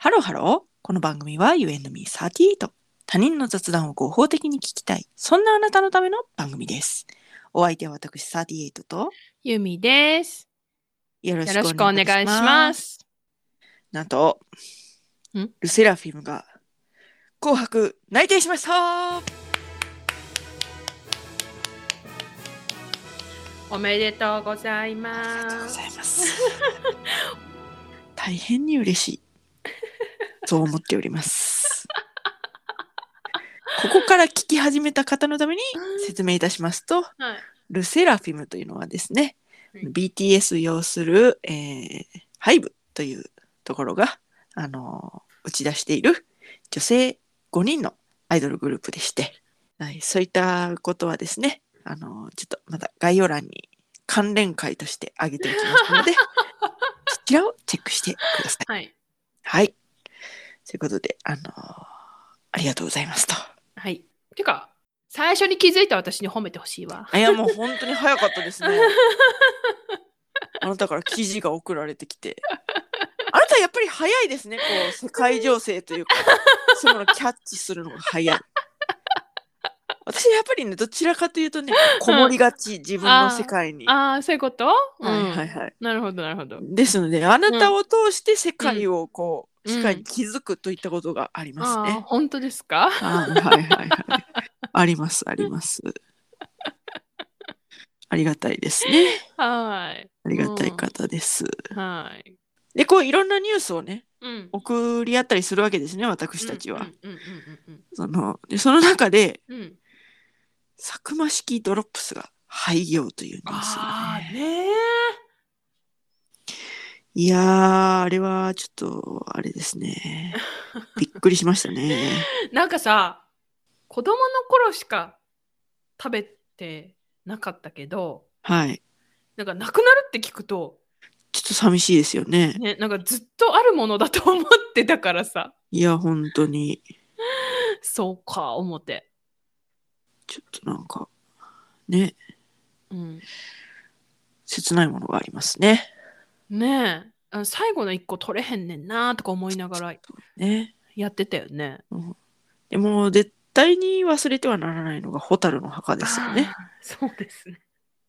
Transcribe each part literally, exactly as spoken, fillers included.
ハローハロー。この番組は ユーエヌエムイーサーティーエイト。他人の雑談を合法的に聞きたい。そんなあなたのための番組です。お相手は私サーティーエイトとゆみです。 よろよろししくお願くお願いしいしま。 ますす。 なんと、 んルセラフィムが紅白内定しました。 おめでとうございありがとうごます。 ざいます。大変に嬉しい。そう思っております。ここから聞き始めた方のために説明いたしますと、 はい。 ルセラフィムというのはですね、 はいビーティーエス 要する、えー、ハイブというところが、あのー打ち出している女性ごにんのアイドルグループでして、はい、そういったことはですね、あのーちょっとまた概要欄に関連会として挙げておきますので、そちらをチェックしてください。 はい。 はい。ということで、あのーありがとうございますと。 はい。てか、最初に気づいた私に褒めてほしいわ。 いや、もう本当に早かったですね。あなたから記事が送られてきて。あなたやっぱり早いですね。こう、世界情勢というか、そういうものをキャッチするのが早い。私やっぱりね、どちらかというとね、こもりがち、自分の世界に。 ああ、そういうことうん。 はいはいはい。 なるほど、なるほど。 ですので、あなたを通して世うん。 界をこう、 うん世界に気づくといったことがありますああ、 ね。 本当ですかはいはいはいはい。ありますあります。ありがたいですね。 はい。 ありがたいうん。 方です。 はい。 で、こういろんなニュースをね、 うん。 送り合ったりするわけですね、私うん。 たちは。 うん。うん。うん。 その、でその中で、 うん。うん。 サクマ式ドロップスが廃業というニュースがああ、 ね。 ねえ。 いやー、あれはちょっと、あれですね。びっくりしましたね。 なんかさ、子供の頃しか食べてなかったけど、 はい。 なんかなくなるって聞くと、 ちょっと寂しいですよね。 ね、なんかずっとあるものだと思ってたからさ、 いや、本当に、 そうか、思って。 ちょっとなんか、ね、 うん。 切ないものがありますね。 ねえ、あの最後の一個取れへんねんなとか思いながらね。 やってたよね。 うん、でも、絶対に忘れてはならないのが、蛍の墓ですよね。 ああ、そうですね。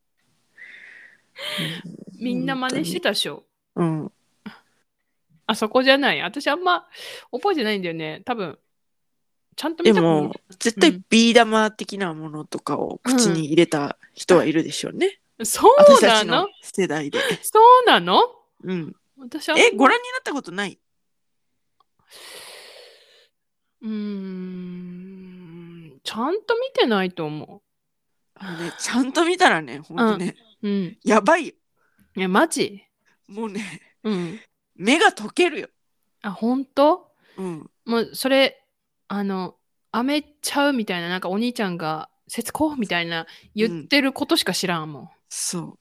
うん、 みんな真似して本当に。 たでしょ。 うん。 あそこじゃない。私あんま覚えてないんだよね。多分、ちゃんと見たことない。 でも、絶対うん。 ビー玉的なものとかを口に入れた人はいるでしょうね。 そう私たちのなの世代で。 そうなのうん。 私あんえ、ごま覧になったことない？ うーん、ちゃんと見てないと思あのね、ちゃんと見たらね、ほう。うん。 んとね、 うん。 やばいよ。 いや、マジもうね、 うん。 目が溶けるよ。 あ、ほんとうん。 もう、それ、あの、あめちゃうみたいな、なんかお兄ちゃんが、節子みたいな言っうん。 てることしか知らんもん。 そう。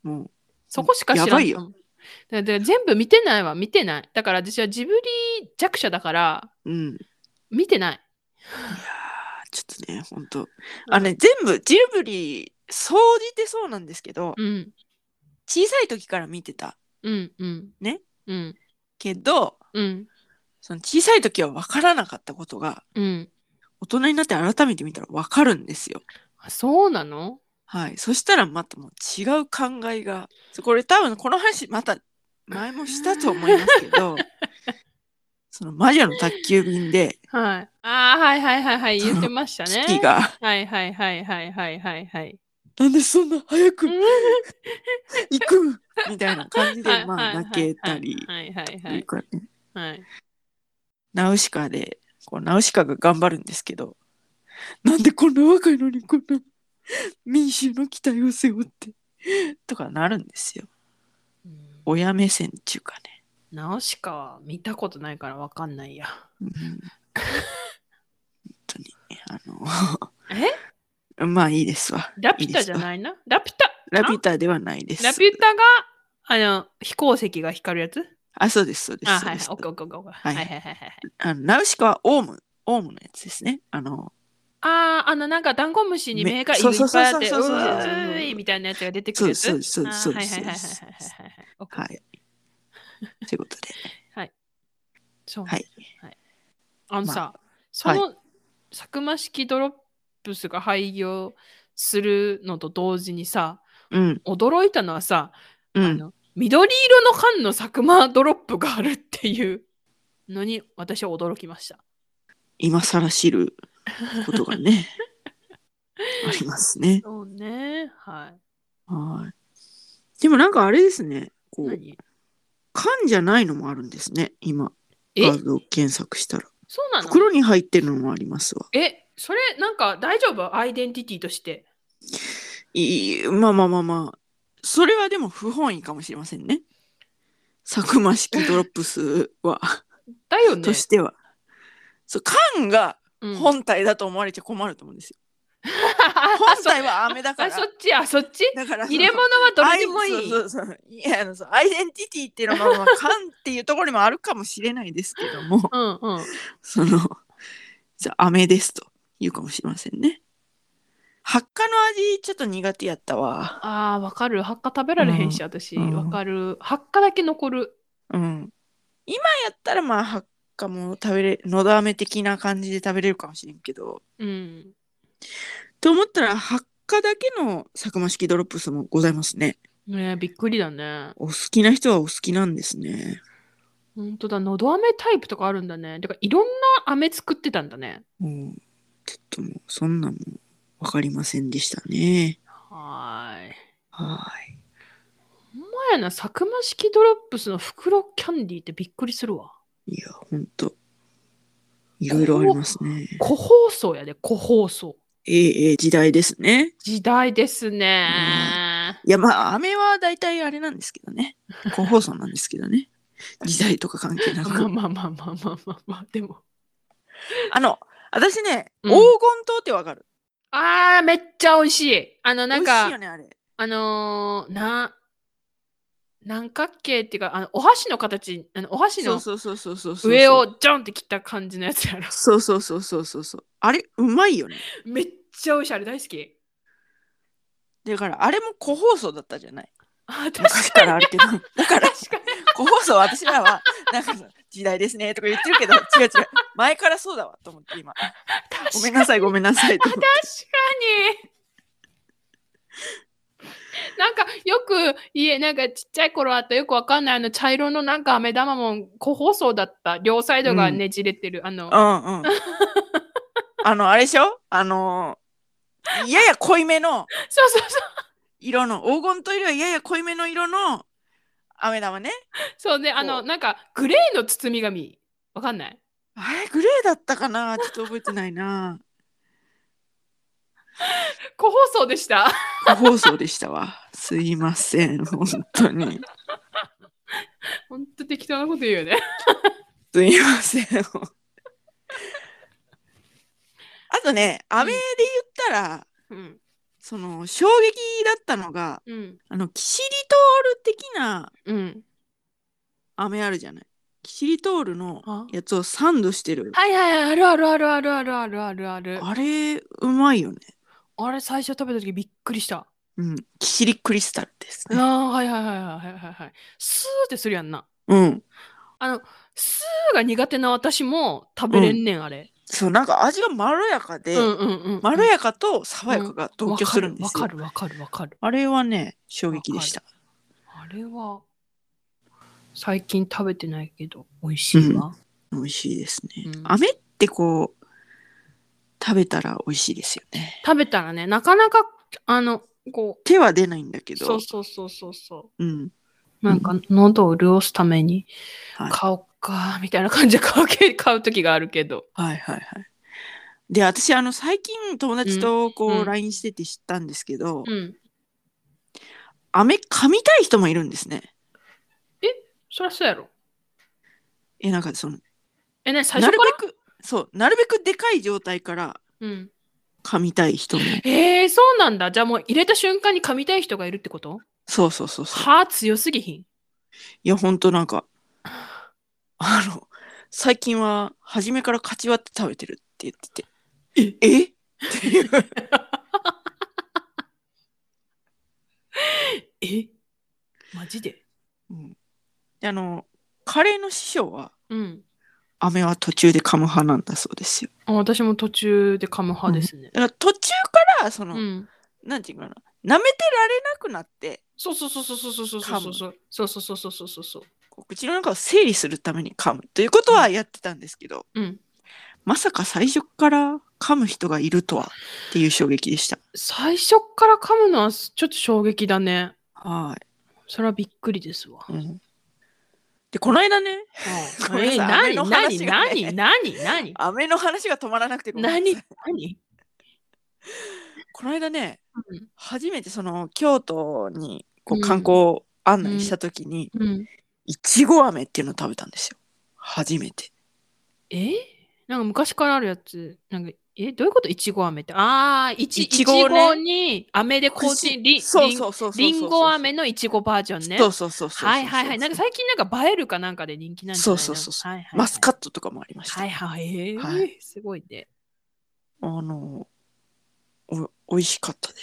もう、 そこしかやばいよ。 知らんと思う。だだ全部見てないわ、見てない。だから私はジブリ弱者だから、 うん。 見てない。 いやー、ちょっとね、ほんと。 うん。 あのね、全部、ジブリ、総じてそうなんですけど、 うん。 小さい時から見てた。 うん。うん。 ね。 うん。 けど、 うん。 その小さい時は分からなかったことが、 うん。 大人になって改めて見たら分かるんですよ。 あ、そうなのはい。そしたらまたもう違う考えが、これ多分この話また前もしたと思いますけど、その魔女の宅急便で、 はい。ああ、はいはいはいはい、 その言ってましたキキね。 が、 はいはいはいはいはいはいはい。 なんでそんな早くうん行くんみたいな感じで、 はいまあ泣はいはいけたり、 はいはいとはいいうかね、 はい。 ナウシカで、こうナウシカが頑張るんですけど、なんでこんな若いのにこんな民衆の期待を背負って、とかなるんですよ。 うん親目線っていうかね。 ナウシカは見たことないからわかんないや。 うん、本当に、あえの、まあいいですわ。 ラピュタいいですわ。 じゃないなラピュタラちゃんピュタではないです。 ラピュタが、あの、飛行石が光るやつあ、そうです、そうです、 あ、はいはい。 そうです。 オッケーオッケーオッケーオッケー。 はいはい。 はいはいはいはい。 あの、ナウシカはオウム、オウムのやつですね。あの、 ああ、あの、なんか、ダンゴムシにめ、 目がいそうそうそうっぱいあって、うそうそうそうそうーいそう。 みたいなやつが出てくそうです、そうるやつです、そうです、 あーそうです、 はいはいはいはいはいそうです。 はいはい。オッケーオッケはい。ということで。 ー。はい。 そう、 はい。 はい、あのさ、 まあ、 そのサクマ式ドロップスが廃業するのと同時にさ、 うん、 驚いたのはさ、 うん。 あの緑色の缶のサクマドロップがあるっていうのに私は驚きました。 今更知ることがね、ありますね。 そうね。はい。 はい。でもなんかあれですね。こう、 何缶じゃないのもあるんですね。今、 え画像検索したら。 そうなの袋に入ってるのもありますわ。 え、それなんか大丈夫アイデンティティとして。 いい、まあまあまあまあ。それはでも不本意かもしれませんね。サクマ式ドロップスは、 だよね。 としては。そう、缶がうん、 本体だと思われちゃ困ると思うんですよ。本体は飴だかあ、そら。 っち、あ、そっちだから入れ物はどれでもいい。 そうそうそう。いや、あのそうアイデンティティっていうのは、まあ、缶っていうところにもあるかもしれないですけども、 うんうん。 その、じゃあ飴ですと言うかもしれませんね。発火の味ちょっと苦手やったわ。 ああ、わかる。発火食べられへんし、 うん。う私。わん。 かる。発火だけ残る。 うん。今やったらまあ発火も食べれ、のど飴的な感じで食べれるかもしれんけど、 うん。 と思ったら発火だけのサクマ式ドロップスもございますね。 ねえ、びっくりだね。 お好きな人はお好きなんですね。 ほんとだ、のど飴タイプとかあるんだね。てか、いろんな飴作ってたんだね。 うん。ちょっともうそんなんもわかりませんでしたね。 はーい。 はい。 ほんまやな、サクマ式ドロップスの袋キャンディーってびっくりするわ。 いや、ほんと、いろいろありますね。 個包装やで、個包装。 ええええ時代ですね。 時代ですうんね。 いや、まあ、飴は大体あれなんですけどね。個包装なんですけどね。時代とか関係なまあく。 まあまあまあまあまあまあ、でも。 あの、私ね、 うん黄金糖ってわかる？ あー、めっちゃ美味しい。あの、 美なんか、 味しいよね、あれ。 あのーな、三角形っていうか、あのお箸の形、あのお箸のそうそうそうそうそうそう上そう。 をジョンって切った感じのやつやろ。 そうそうそうそうそうそう。あれ、うまいよね。 めっちゃ美味しい。あれ大好き。 だから、あれも個包装だったじゃない。 あ、確昔かに。 からあるけど。だから、 確かに。 個包装私らは、なんかさ時代ですねとか言ってるけど、違う違う。前からそうだわと思って今。ごめんなさい、ごめんなさいと思って。 確かに。なんかよく家なんかちっちゃい頃あったよくわかんないあの茶色のなんか飴玉も個包装だった。両サイドがねじれてる。あの、 うんうん。あの、あれでしょあの、やや濃いめのそうそうそう。 色の、黄金というよりはやや濃いめの色の飴玉ね。 そうね、あの、 こう。 なんかグレーの包み紙。わかんないあれ、グレーだったかなちょっと覚えてないな。 個包装でした。 個包装でしたわ。すいません、本当に。 ほんと適当なこと言うよね。 すいません。あとね、飴で言ったら、 うん。 その衝撃だったのが、 うん。 あのキシリトール的なうん。 飴あるじゃない。キシリトールのあやつをサンドしてる。 はいはいはい、あるあるあるあるあるあるあるある。 あれ、うまいよね。 あれ最初食べた時びっくりした。 うん。キシリクリスタルですね。 ああ、はいはいはいはいはいはい。スーってするやんな。 うん。 あの、スーが苦手な私も食べうん。 れんねん、あれ。 そう、なんか味がまろやかうんで、 うんうんまろうん。 やかと爽やかうん。 が同居わかるするんですよ。 わかるわかるわかる。 あれはね、衝わかる。 撃でした。 あれは最近食べてないけど美味うん。 しいわ。 美味しいですね。 うん。 飴ってこう、食べたら美味しいですよね。 食べたらね、なかなか、あの、こ手は出ないんだけう、そうど、 そうそうそうそうん。 う。なんか喉を潤すためにはい。 買おうか、みたいな感じで買うけ買う時があるけど。 はいはいはい。で、私、あの、最近友達とこう、 うん。 ライン してて知ったんですけど、 うん。 飴噛みたい人もいるんですね。 え、そりゃそうやろ。 え、なんかその、 え、ね、最なる初からべく、そう、なるべくでかい状態からうん。 噛みたい人も。 えー、そうなんだ。じゃあもう入れた瞬間に噛みたい人がいるってことそうそうそうそう。 はあ、強すぎひん。 いや、ほんとなんか、あの、最近は初めからかち割って食べてるって言ってて、ええっていう。 えマジでうん、であの、カレーの師匠は、 うん。 飴は途中で噛む派なんだそうですよ。 あ、私も途中で噛む派ですね。 だから途中からその、 うん。 なんていうかな、舐めてられなくなってそうそうそうそうそうそうそうそうそうそうそうそうそうそうそうそう。 こう口の中を整理するために噛むということはやってたんですけど、 うん。 まさか最初から噛む人がいるとはっていう衝撃でした。 最初から噛むのはちょっと衝撃だね。 はい。 それはびっくりですわ。 うん、でこの間ね、 うん、 ごめんえ、 なさい、飴何の何話がね、 何何何飴の話が止まらなくてごめんなさい。 何何この間ね、 うん初めてその京都にこううん観光案内した時に、 うん。 いちご飴っていうのを食べたんですよ。初めて。 えなんか昔からあるやつ。なんかえどういうこといちご飴って。ああ、いちいちごねごに飴でコーティング、りそうそうそうそうそうりんご飴のいちごバージョンね。 そうそうそうそうそう。 はいはいはい。なんか最近なんか映えるかなんかで人気なんじゃないの？ そうそうそうそう、 はいはいはい、 マスカットとかもありました。 はいはい。えーはいすごいね。 あのお美味しかったです。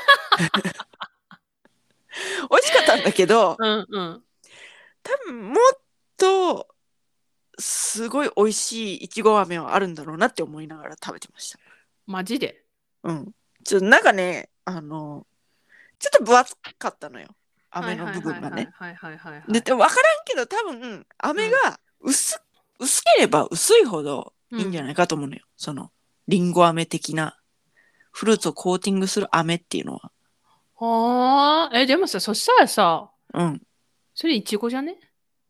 美味しかったんだけど、 うんうん。 多分もっとすごい美味しいいちご飴はあるんだろうなって思いながら食べてました。 マジで。 うん。ちょっとなんかね、あのちょっと分厚かったのよ。飴の部分がね。 はいはいはいはいはいはいはい。 で、分からんけど多分飴が薄、薄ければ薄いほどいいんじゃないかと思うのよ。そのリンゴ飴的なフルーツをコーティングする飴っていうのは。 はあ、え、でもさ、そしたらさ、 うん。 それいちごじゃね？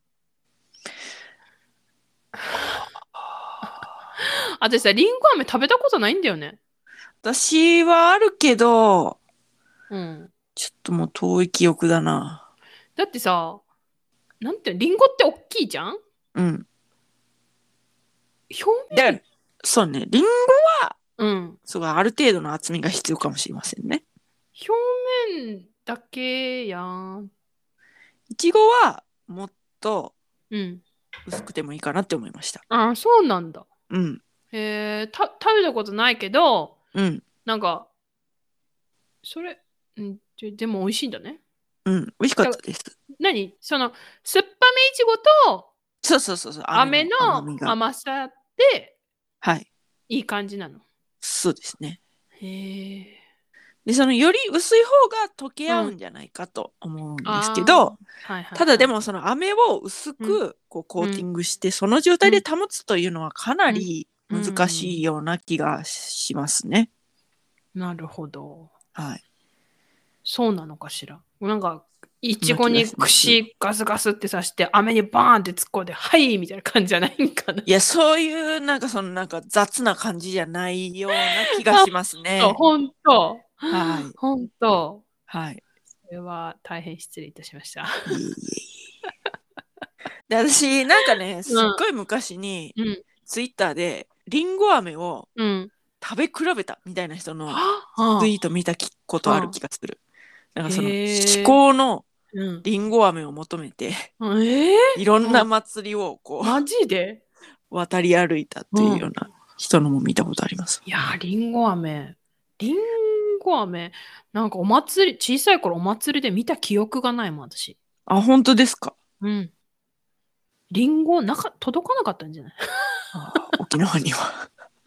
私さ、リンゴ飴食べたことないんだよね。 私はあるけど、 うん。 ちょっともう遠い記憶だな。 だってさ、なんていうの、リンゴって大きいじゃん？ うん。 表だから面、 そうね、リンゴは、 うん。 そうある程度の厚みが必要かもしれませんね。 表面だけやん。 いちごはもっとうん。 薄くてもいいかなって思いました。 あ、そうなんだ。 うん。 へえ、た、食べたことないけど、 うん。 なんか、それ、うん、で、でも美味しいんだね。 うん。美味しかったです。 何その、酸っぱめいちごとそうそうそうそう。 飴の甘みが。 甘さってはい。 いい感じなの。 そうですね。 へえ。 で、そのより薄い方が溶け合うんじゃないかと思うんですけど、 あーはいはい、 ただでもその飴を薄くこうコーティングして、その状態で保つというのはかなり難しいような気がしますね。 なるほど。 はい。 そうなのかしら。なんか、いちごに串ガスガスって刺して、飴にバーンって突っ込んで、はいみたいな感じじゃないんかな。 いや、そういうなんかそのなんか雑な感じじゃないような気がしますね。 ほんと。 はい。 ほんと。 はい。 それは大変失礼いたしました。 いえいえいえ。で、私なんかね、すっごい昔に、 うん、 ツイッターでリンゴ飴をうん、 食べ比べたみたいな人のはツイート見たことある気がする。なんかそのへー至高のうん。 リンゴ飴を求めて、 えー、 いろんな祭りをこうマジで渡り歩いたっていうような人のも見たことあります。 いやー、リンゴ飴。リンゴ飴。なんかお祭り、小さい頃お祭りで見た記憶がないもん、私。 あ、本当ですか？ うん。リンゴ、なか、届かなかったんじゃない？ あ沖縄には。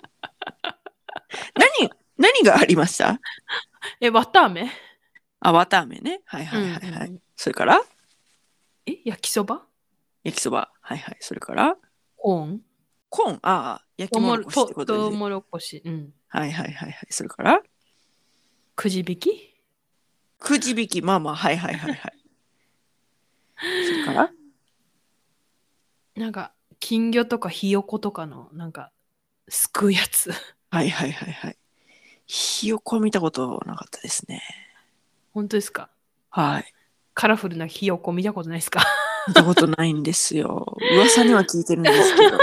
何、何がありました？ え、綿飴？ あ、綿飴ね。はいはいはいはい。 うんうん、 それからえ、焼きそば？ 焼きそば。はいはい。それからコーン？ コーン。ああ、焼きもろこしってことですね。 とうもろこし。うん。 はいはいはいはい。それからくじ引き？ くじ引き。まあまあ、はいはいはいはい。それからなんか、金魚とかひよことかの、なんか、すくうやつ。 はいはいはいはい。ひよこ見たことなかったですね。 本当ですか？ はい。 カラフルなひよこ見たことないですか？ 見たことないんですよ。噂には聞いてるんですけど。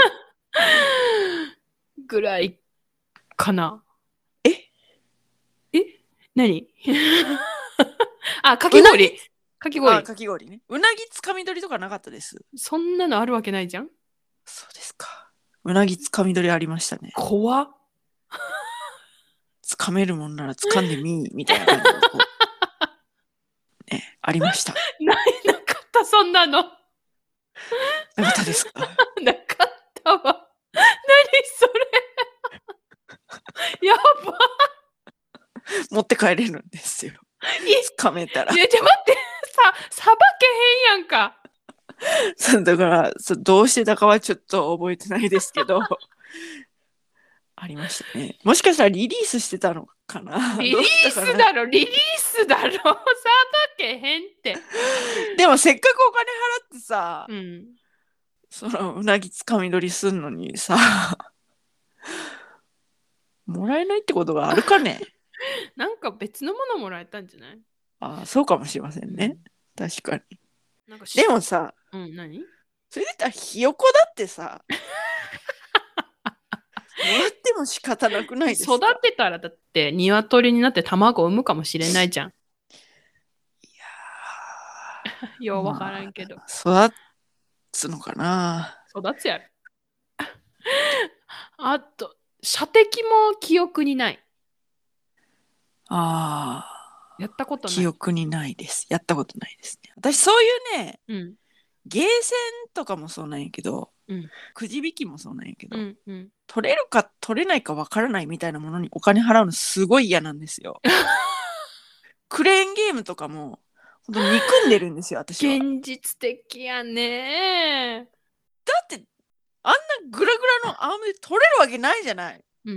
ぐらいかな。 ええ何あ、かき氷。かき氷。 あ、かき氷ね。うなぎつかみ取りとかなかったです。 そんなのあるわけないじゃん。 そうですか。うなぎつかみ取りありましたね。 怖っ。 つかめるもんならつかんでみーみたいな感じでこうね、ありました。 ないなかった、そんなの。 なかったですか？ なかった持って帰れるんですよ。つかめたら。 いや、ちょ、待って、さ、さばけへんやんか。 そうだからそうどうしてたかはちょっと覚えてないですけどありましたね。もしかしたらリリースしてたのかな。 リリーどうしたかな。 スだろ、リリースだろ、さばけへんって。 でもせっかくお金払ってさ、 うん。 そのうなぎつかみ取りすんのにさもらえないってことがあるかね。 なんか別のものもらえたんじゃない？ ああ、そうかもしれませんね。 うん、 確かに。 なんかしでもさ、 うん、何？ それで言ったらひよこだってさ、もらっても仕方なくないですか。 育てたらだって鶏になって卵を産むかもしれないじゃん。 いやようわからんけど。 まあ、育つのかな。 育つやろ。あと、射的も記憶にない。 ああ。 やったことない。 記憶にないです。やったことないですね。私そういうね、 うん。 ゲーセンとかもそうなんやけど、 うん。 くじ引きもそうなんやけど、 うんうん。 取れるか取れないかわからないみたいなものにお金払うのすごい嫌なんですよ。クレーンゲームとかも本当憎んでるんですよ、私は。 現実的やね。 だってあんなグラグラのアームで取れるわけないじゃない。 うん。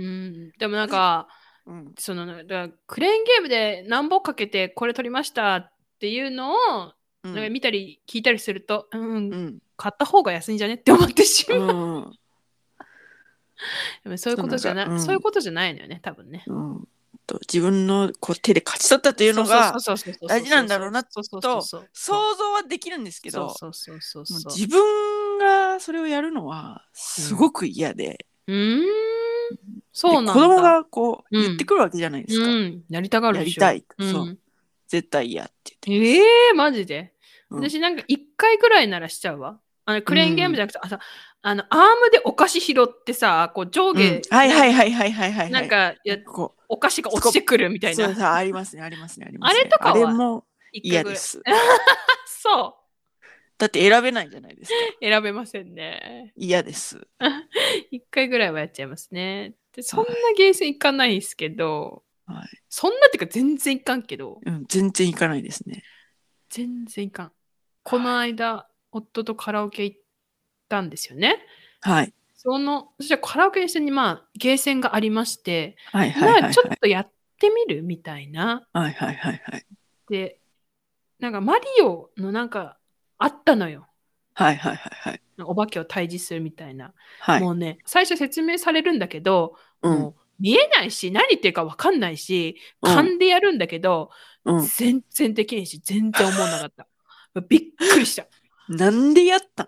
でもなんか、 うん、 そのだからクレーンゲームで何本かけてこれ取りましたっていうのを、 うん、 なんか見たり聞いたりすると、うん、 うん、 買った方が安いんじゃねって思ってしまう。 うん、 でもそういうことじゃない、 そうなんかうんそういうことじゃないのよね、多分ね。 うん、と自分のこう手で勝ち取ったというのが大事なんだろうなと想像はできるんですけど、 そうそうそうもうそう。 自分がそれをやるのはすごく嫌で、 うーん、 でそうなんだ。 子供がこううん言ってくるわけじゃないですか。 うん、やりたがるやでしょ。 りたい、 うん、 そう絶対嫌ってえ言ってます。 えー、マジで。 うん私なんかいっかいぐらいならしちゃうわ。あのクレーンゲームじうんゃなくて、あさあのアームでお菓子拾ってさ、こう上うん下、 はいはいねはいはいはいはいなんかやこうお菓子が落ちてくるみたいな。 そうさありますねありますねありまあすね。あれとかはれもいっかいぐらい。 嫌です。 そだって選べないじゃないですか。 う、選べませんね。 嫌です。 いっかいぐらいはやっちゃいますね。でそんなはゲーセン行かないですけど、 い、はい、 そんなっていうか全然行かんけど、 うん、全然行かないですね。 全然行かん。この間、夫とカラオケ行ったんですよね。 はい。 その、そしたらカラオケ一緒にまあ、ゲーセンがありまして、 はいはいはいはい。 まあ、ちょっとやってみるみたいな。 はいはいはいはい。 で、なんかマリオのなんかあったのよ。 はいはいはいはい。 お化けを退治するみたいな。 はい。 もうね、最初説明されるんだけど、 うんもう見えないし、何言ってるか分かんないし、 うん勘でやるんだけど、 うん。 全然できんし、全然思わなかった。びっくりした。 なんでやったん？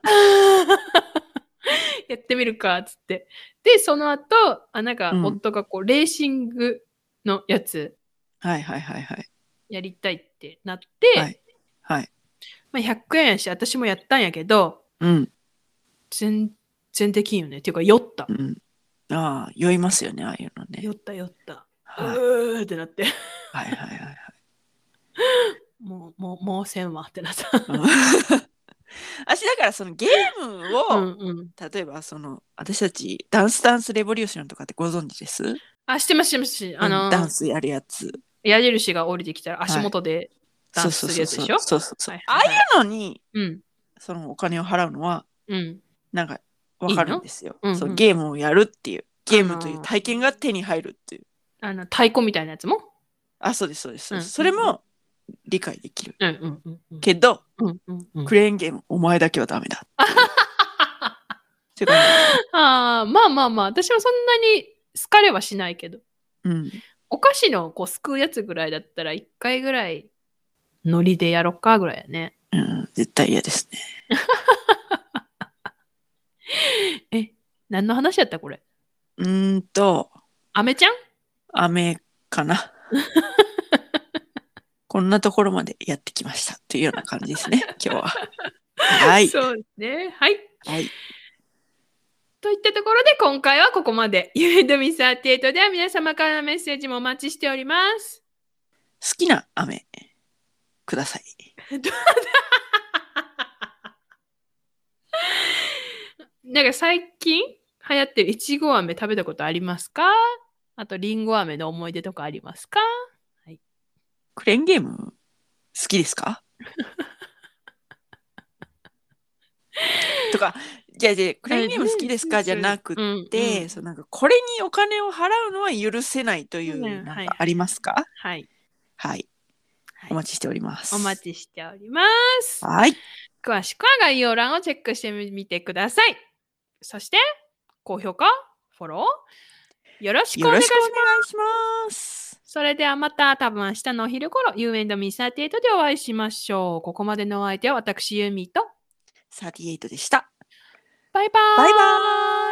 やってみるかっつって。で、その後、あなんかうん夫がこうレーシングのやつはいはいはいはい。 やりたいってなって、 はい。はい。 まあ、ひゃくえんやし、私もやったんやけど、 うん。 全然できんよね。っていうか、酔ったう。ん。ああ、酔いますよね、ああいうのね。 酔った酔った。 はい。 うーってなって。 はいはいはいはい。 もう、もう、もうせんわってなった。 うん私だからそのゲームを、 うんうん。 例えばその私たちダンスダンスレボリューションとかってご存知です？ あ、してますしてます。あうん、 のー、 ダンスやるやつ。 矢印が降りてきたら足元でダそうンスそうそうそうするやつでしょ？ そうそうそう。 はいああはいはいいうのにうん。 そのお金を払うのはうん。 なんかわかるんですよ。 いいの？うんうんそうゲームをやるっていうゲームというあのー体験が手に入るっていう。 あの、太鼓みたいなやつもあ、そうですそうですそうです。 うんそれも理解できる。 うんうんうんうん。 けど、 うんうんうん。 クレーンゲームお前だけはダメだっていう。っていう感じですね。 ああ、まあまあまあ、私はそんなに好かれはしないけど、 うん。 お菓子のこうすくうやつぐらいだったら、一回ぐらいノリでやろっかぐらいやね。 うん、絶対嫌ですね。 え、何の話やったこれ？ うーんと、 アメちゃん？ 雨かな。こんなところまでやってきましたというような感じですね、今日は。はい。 そうですね。はい。 はい。 といったところで今回はここまで。ゆうどみさんテートでは皆様からのメッセージもお待ちしております。 好きな飴ください。 なんか最近流行ってるいちご飴食べたことありますか？あとりんご飴の思い出とかありますか？ クレーンゲーム好きですかとか、じゃあ、じゃあクレーンゲーム好きですかじゃなくて、 うん、 そうなんかこれにお金を払うのは許せないといううん、 なんはいかありますか？ はい。 はい。 はいお待ちしております。 お待ちしております。 はい。 詳しくは概要欄をチェックしてみてください。そして、高評価、フォロー、よろしくお願いしよろしくお願ます。 いします。 それではまた多分明日のお昼頃、You and me サーティエイトでお会いしましょう。ここまでのお相手は私、ユーミーと、 サーティエイトでした。 バイバーイ。 バイバーイ。